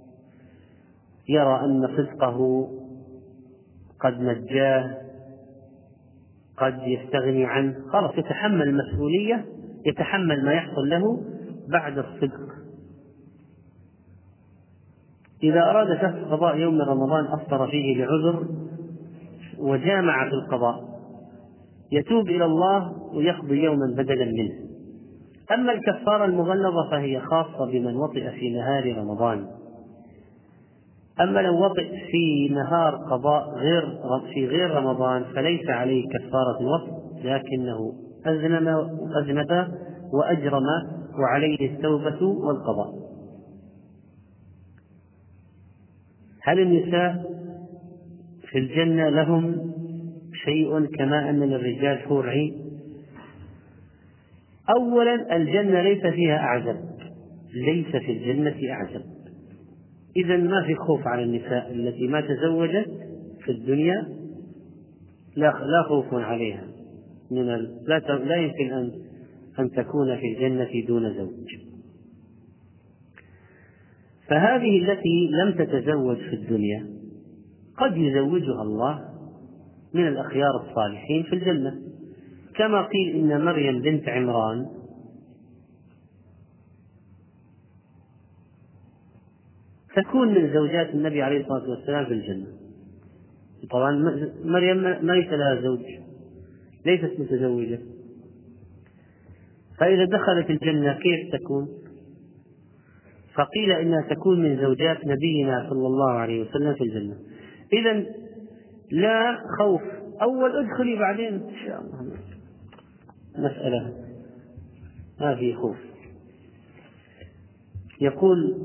أن صدقه قد نجاه، قد يستغني عنه، خلاص يتحمل المسؤولية، يتحمل ما يحصل له بعد الصدق. إذا أراد شخص قضاء يوم من رمضان أفطر فيه لعذر وجامع في القضاء، يتوب إلى الله ويقضي يوما بدلا منه. أما الكفارة المغلظة فهي خاصة بمن وطئ في نهار رمضان. أما لو وطئ في نهار قضاء غير في غير رمضان فليس عليه كفارة الوطئ، لكنه أذنب أذنب وأجرم وعليه التوبة والقضاء. هل النساء في الجنة لهم شيء كما أن للرجال حور عين؟ أولا، الجنة ليس فيها أعزب، ليس في الجنة أعزب، إذا ما في خوف على النساء التي ما تزوجت في الدنيا، لا لا خوف عليها من لا لا يمكن أن أن تكون في الجنة دون زوج. فهذه التي لم تتزوج في الدنيا قد يزوجها الله من الأخيار الصالحين في الجنة، كما قيل إن مريم بنت عمران تكون من زوجات النبي عليه الصلاة والسلام في الجنة. طبعا مريم ما ليس لها زوج، ليست متزوجة، فإذا دخلت الجنة كيف تكون؟ فقيل إنها تكون من زوجات نبينا صلى الله عليه وسلم في الجنة. إذن لا خوف، أول ادخلي بعدين إن شاء الله، مسألة ما في خوف. يقول: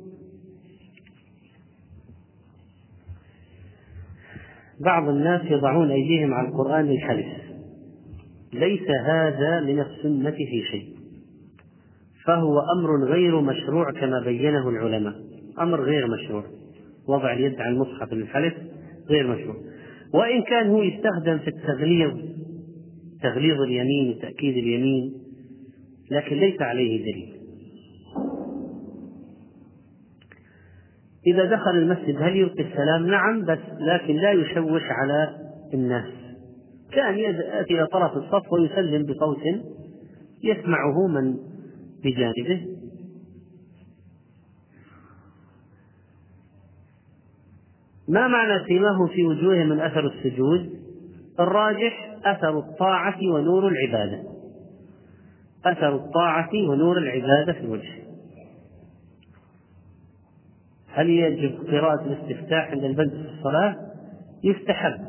بعض الناس يضعون أيديهم على القرآن للحلف، ليس هذا من السنة في شيء، فهو أمر غير مشروع كما بينه العلماء، أمر غير مشروع، وضع اليد على المصحف للحلف غير مشروع، وإن كان هو يستخدم في التغليظ، تغليظ اليمين وتأكيد اليمين، لكن ليس عليه دليل. إذا دخل المسجد هل يلقي السلام؟ نعم، بس لكن لا يشوش على الناس، كان يأتي إلى طرف الصف ويسلم بصوت يسمعه من بجانبه. ما معنى سيماهم في وجوههم من أثر السجود؟ الراجح أثر الطاعة ونور العبادة، أثر الطاعة ونور العبادة في الوجه. هل يجب قراءة الاستفتاح عند البدء في الصلاة؟ يستحب.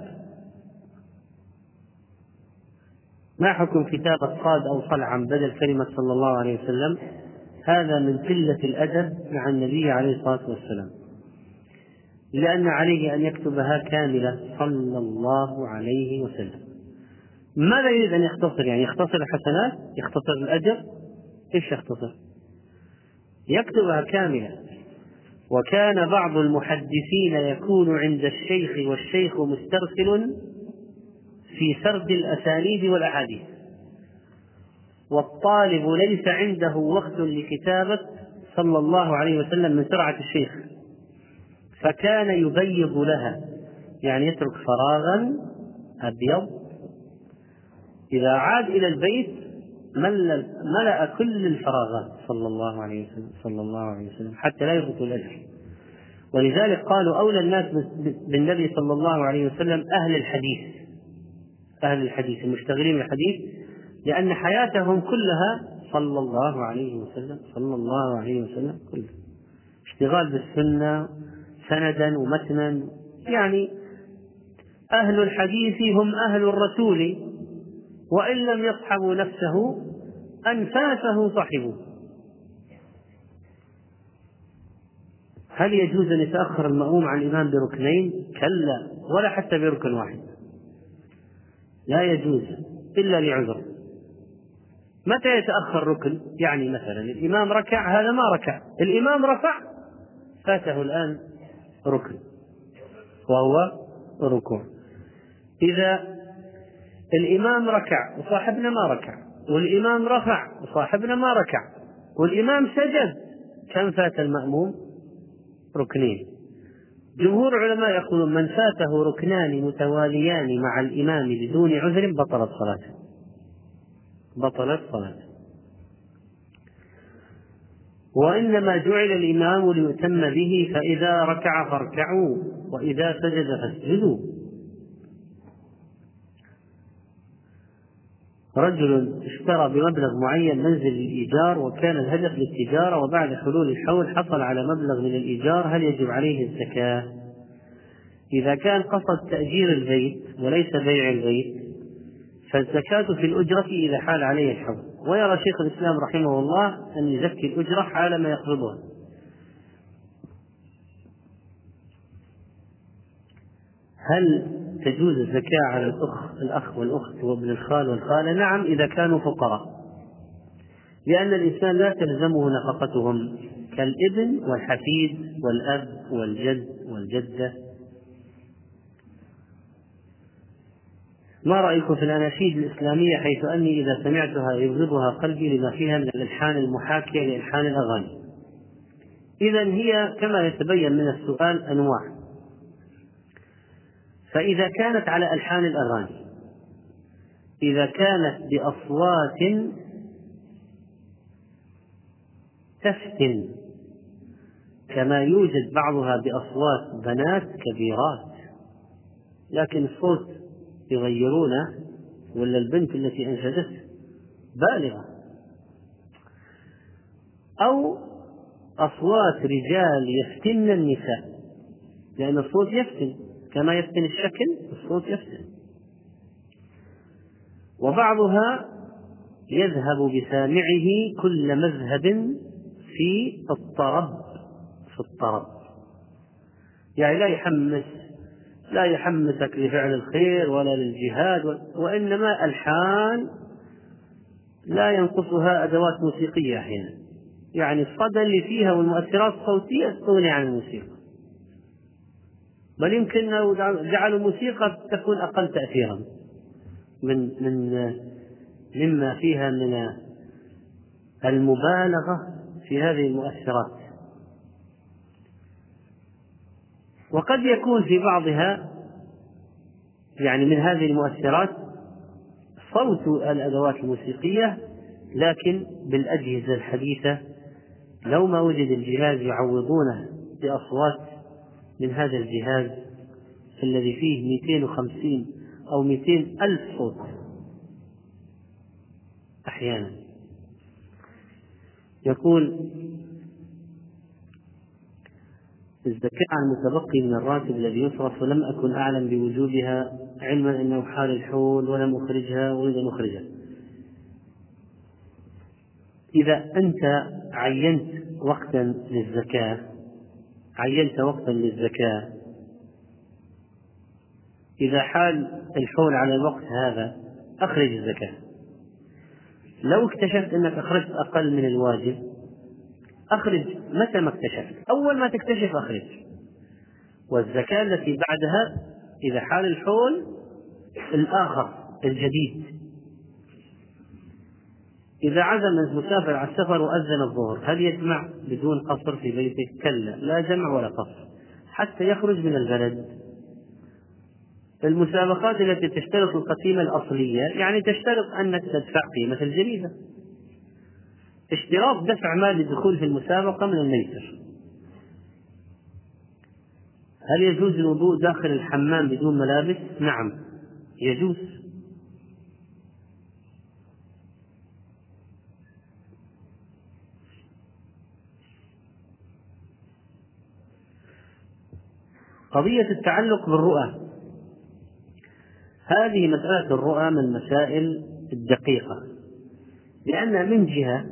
ما حكم كتابة صاد أو صلعا بدل كلمة صلى الله عليه وسلم؟ هذا من قلة الأدب مع النبي عليه الصلاة والسلام، لأن عليه أن يكتبها كاملة صلى الله عليه وسلم. ماذا يريد أن يختصر؟ يعني يختصر الحسنات، يختصر الأجر، إيش يختصر؟ يكتبها كاملة. وكان بعض المحدثين يكون عند الشيخ والشيخ مسترسل في سرد الأسانيد والأحاديث، والطالب ليس عنده وقت لكتابة صلى الله عليه وسلم من سرعة الشيخ، فكان يبيض لها، يعني يترك فراغا أبيض، إذا عاد إلى البيت ملأ كل الفراغات صلى الله عليه وسلم صلى الله عليه وسلم حتى لا يفوت الأجر. ولذلك قالوا أولى الناس بالنبي صلى الله عليه وسلم أهل الحديث، أهل الحديث المشتغلين بالحديث، لأن حياتهم كلها صلى الله عليه وسلم صلى الله عليه وسلم كله اشتغال بالسنة سندا ومتنا. يعني أهل الحديث هم أهل الرسول، وإن لم يصحبوا نفسه أنفاسه صحبوا. هل يجوز أن يتأخر المأموم عن الإمام بركنين؟ كلا، ولا حتى بركن واحد، لا يجوز إلا لعذر. متى يتأخر ركن؟ يعني مثلا الإمام ركع، هذا ما ركع، الإمام رفع، فاته الآن ركن وهو ركوع. إذا الإمام ركع وصاحبنا ما ركع، والإمام رفع وصاحبنا ما ركع، والإمام سجد، كم فات المأموم؟ ركنين. جمهور العلماء يقولون من فاته ركنان متواليان مع الإمام بدون عذر بطلت صلاته، بطلت صلاته. وإنما جعل الإمام ليؤتم به، فإذا ركع فاركعوا وإذا سجد فاسجدوا. رجل اشترى بمبلغ معين منزل للإيجار، وكان الهدف للتجارة، وبعد حلول الحول حصل على مبلغ من الإيجار، هل يجب عليه الزكاة؟ إذا كان قصد تأجير البيت وليس بيع البيت فالزكاة في الأجرة إذا حال عليه الحول. ويرى شيخ الإسلام رحمه الله أن يزكي الأجرة حال ما يقبضها. هل تجوز الزكاة على الأخ الأخ والأخت وابن الخال والخالة؟ نعم، إذا كانوا فقراء، لأن الإنسان لا تلزمه نفقتهم كالابن والحفيد والأب والجد والجدة. ما رأيكم في الأناشيد الإسلامية، حيث أني إذا سمعتها يغضبها قلبي لما فيها من الألحان المحاكية لألحان الأغاني؟ إذن هي كما يتبين من السؤال أنواع. فإذا كانت على ألحان الأغاني، إذا كانت بأصوات تفتن، كما يوجد بعضها بأصوات بنات كبيرات لكن الصوت يغيرونه، ولا البنت التي أنشدته بالغة، أو أصوات رجال يفتن النساء، لأن الصوت يفتن كما يفتن الشكل، الصوت يفتن. وبعضها يذهب بسامعه كل مذهب في الطرب، في الطرب، يعني لا يحمس لا يحمسك لفعل الخير ولا للجهاد، وإنما ألحان لا ينقصها أدوات موسيقية أحيانا، يعني الصدى اللي فيها والمؤثرات الصوتية تغني عن الموسيقى، بل يمكن لو جعلوا موسيقى تكون أقل تأثيرا من من مما فيها من المبالغة في هذه المؤثرات. وقد يكون في بعضها يعني من هذه المؤثرات صوت الأدوات الموسيقية، لكن بالأجهزة الحديثة لو ما وجد الجهاز يعوضونه بأصوات من هذا الجهاز الذي فيه مئتين وخمسين أو مئتين ألف صوت أحيانا. يقول: الزكاة عن المتبقي من الراتب الذي يصرف ولم أكن أعلم بوجوبها، علما أنه حال الحول ولم أخرجها وأريد أن أخرجها. إذا أنت عينت وقتا للزكاة عينت وقتا للزكاة إذا حال الحول على الوقت هذا أخرج الزكاة. لو اكتشفت أنك أخرجت أقل من الواجب أخرج متى ما اكتشفت، أول ما تكتشف أخرج. والزكاة التي بعدها إذا حال الحول الآخر الجديد. إذا عزم المسافر على السفر وأذن الظهر هل يجمع بدون قصر في بيته؟ كلا، لا جمع ولا قصر حتى يخرج من البلد. المسابقات التي تشترط القسيمة الأصلية يعني تشترط أنك تدفع قيمة الجريدة. اشتراط دفع مال الدخول في المسابقة من الميسر. هل يجوز الوضوء داخل الحمام بدون ملابس؟ نعم يجوز. قضية التعلق بالرؤى، هذه مسألة الرؤى من المسائل الدقيقة، لأن من جهة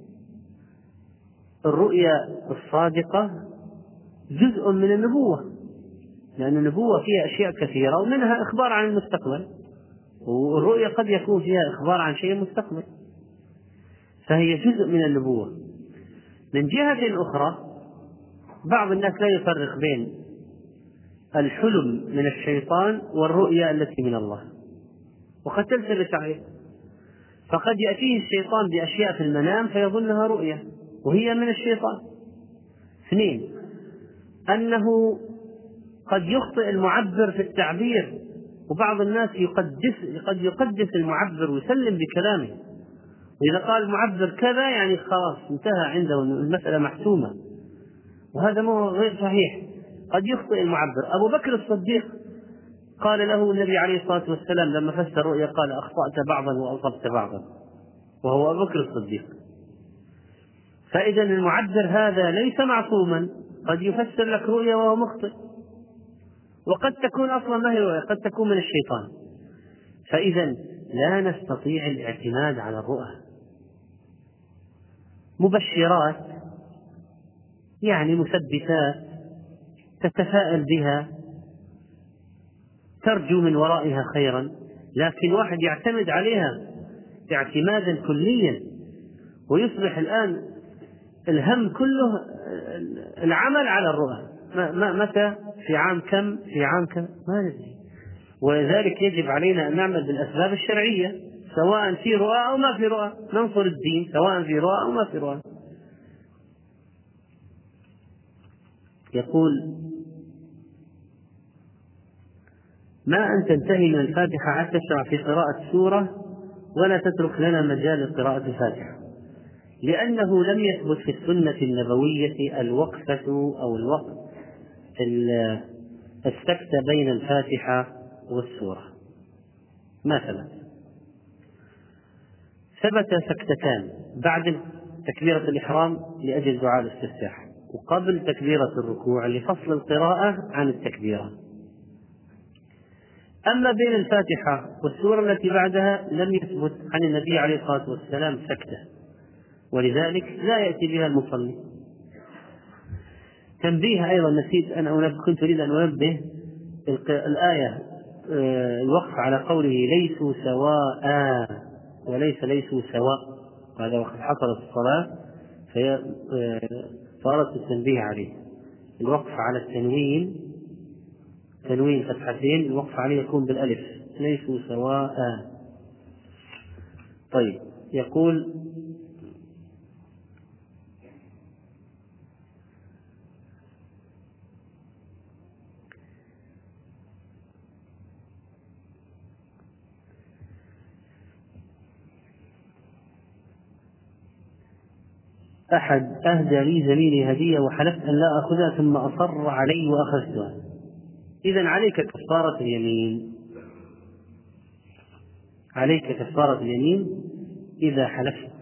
الرؤيا الصادقة جزء من النبوة، لأن النبوة فيها أشياء كثيرة ومنها إخبار عن المستقبل، والرؤيا قد يكون فيها إخبار عن شيء مستقبل، فهي جزء من النبوة. من جهة أخرى بعض الناس لا يفرق بين الحلم من الشيطان والرؤيا التي من الله، وقد تلتبس عليه، فقد يأتيه الشيطان بأشياء في المنام فيظنها رؤيا وهي من الشيطان. اثنين، أنه قد يخطئ المعبر في التعبير، وبعض الناس يقدس قد يقدس المعبر ويسلم بكلامه، وإذا قال المعبر كذا يعني خلاص انتهى عنده المسألة محسومة، وهذا مو غير صحيح. قد يخطئ المعبر. أبو بكر الصديق قال له النبي عليه الصلاة والسلام لما فسر الرؤيا قال: أخطأت بعضا وأصبت بعضا، وهو أبو بكر الصديق. فإذا المعبر هذا ليس معصوما، قد يفسر لك رؤيا وهو مخطئ، وقد تكون أصلا ما هي رؤيا، قد تكون من الشيطان. فإذا لا نستطيع الاعتماد على الرؤى. مبشرات يعني مثبتات تتفائل بها، ترجو من ورائها خيرا، لكن واحد يعتمد عليها اعتمادا كليا ويصبح الآن الهم كله العمل على الرؤى. متى؟ في عام كم؟ في عام كم؟ ما ندري. ولذلك يجب علينا أن نعمل بالأسباب الشرعية، سواء في رؤى أو ما في رؤى، ننصر الدين سواء في رؤى أو ما في رؤى. يقول: ما أن تنتهي من الفاتحة حتى تشرع في قراءة سورة ولا تترك لنا مجال قراءة الفاتحة، لأنه لم يثبت في السنة النبوية الوقفة أو الوقت السكتة بين الفاتحة والسورة، ما ثبت. ثبت سكتتان بعد تكبيرة الإحرام لأجل دعاء الاستفتاح، وقبل تكبيرة الركوع لفصل القراءة عن التكبيرة. أما بين الفاتحة والسورة التي بعدها لم يثبت عن النبي عليه الصلاة والسلام سكتة، ولذلك لا يأتي بها المصلي. تنبيه أيضا نسيت أن أنبه، كنت أريد أن أنبه الآية الوقف على قوله ليسوا سواء وليس ليسوا سواء، هذا وقد حصلت الصلاة فأردت التنبيه عليه. الوقف على التنوين، تنوين فتحتين، الوقف عليه يكون بالألف، ليسوا سواء. طيب، يقول: أحد أهدى لي زميلي هدية وحلفت أن لا أخذها ثم أصر علي وأخذتها، إذن عليك كفارة اليمين، عليك كفارة اليمين إذا حلفت.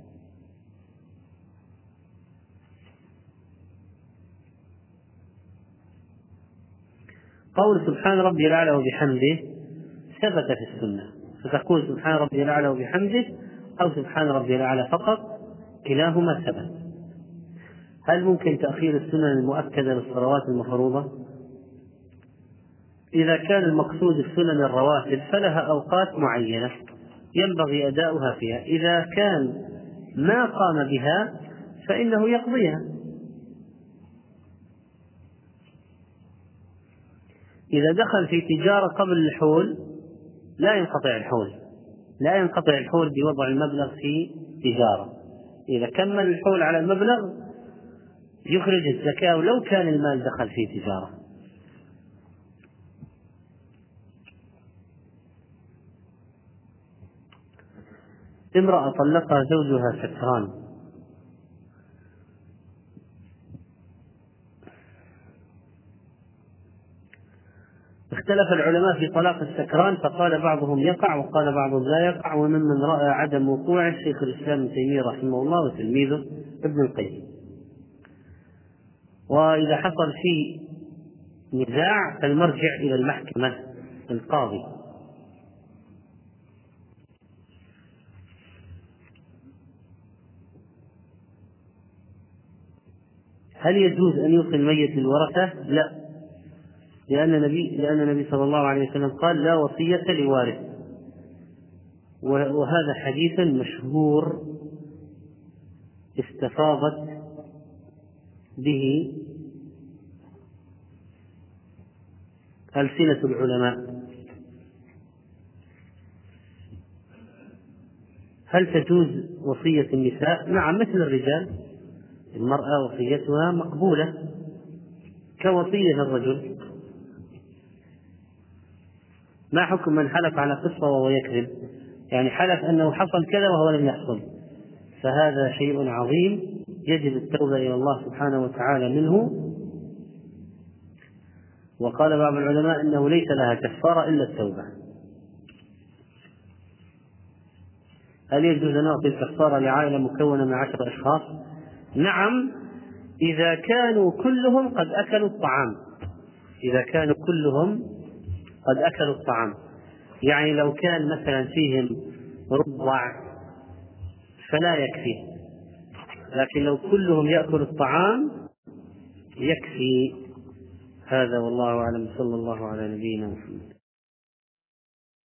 قول سبحان ربي الأعلى وبحمده ثبت في السنة، فتقول سبحان ربي الأعلى وبحمده أو سبحان ربي الأعلى فقط، كلاهما ثبت. هل ممكن تأخير السنن المؤكدة للصلوات المفروضة؟ إذا كان المقصود السنن الرواتب فلها أوقات معينة ينبغي أداؤها فيها، إذا كان ما قام بها فإنه يقضيها. إذا دخل في تجارة قبل الحول لا ينقطع الحول، لا ينقطع الحول بوضع المبلغ في تجارة. إذا كمل الحول على المبلغ يخرج الزكاة ولو كان المال دخل في تجارة. امرأة طلقها زوجها سكران، اختلف العلماء في طلاق السكران، فقال بعضهم يقع وقال بعضهم لا يقع، وممن رأى عدم وقوعه شيخ الإسلام ابن تيمية رحمه الله وتلميذه ابن القيم. وإذا حصل فيه نزاع فالمرجع إلى المحكمة القاضي. هل يجوز أن يوصي الميت للورثة؟ لا، لأن النبي لأن النبي صلى الله عليه وسلم قال لا وصية لوارث، وهذا حديث مشهور استفاضت به ألسنة العلماء. هل تجوز وصية النساء؟ نعم، مثل الرجال، المرأة وصيتها مقبولة كوصية الرجل. ما حكم من حلف على قصة وهو يكذب؟ يعني حلف أنه حصل كذا وهو لم يحصل، فهذا شيء عظيم يجب التوبة إلى الله سبحانه وتعالى منه. وقال بعض العلماء أنه ليس لها كفارة إلا التوبة. هل يجوز أن نعطي الكفارة لعائلة مكونة من عشرة أشخاص؟ نعم، إذا كانوا كلهم قد أكلوا الطعام، إذا كانوا كلهم قد أكلوا الطعام، يعني لو كان مثلا فيهم ربع فلا يكفي، لكن لو كلهم يأكلوا الطعام يكفي. هذا والله أعلم، صلى الله على نبينا محمد.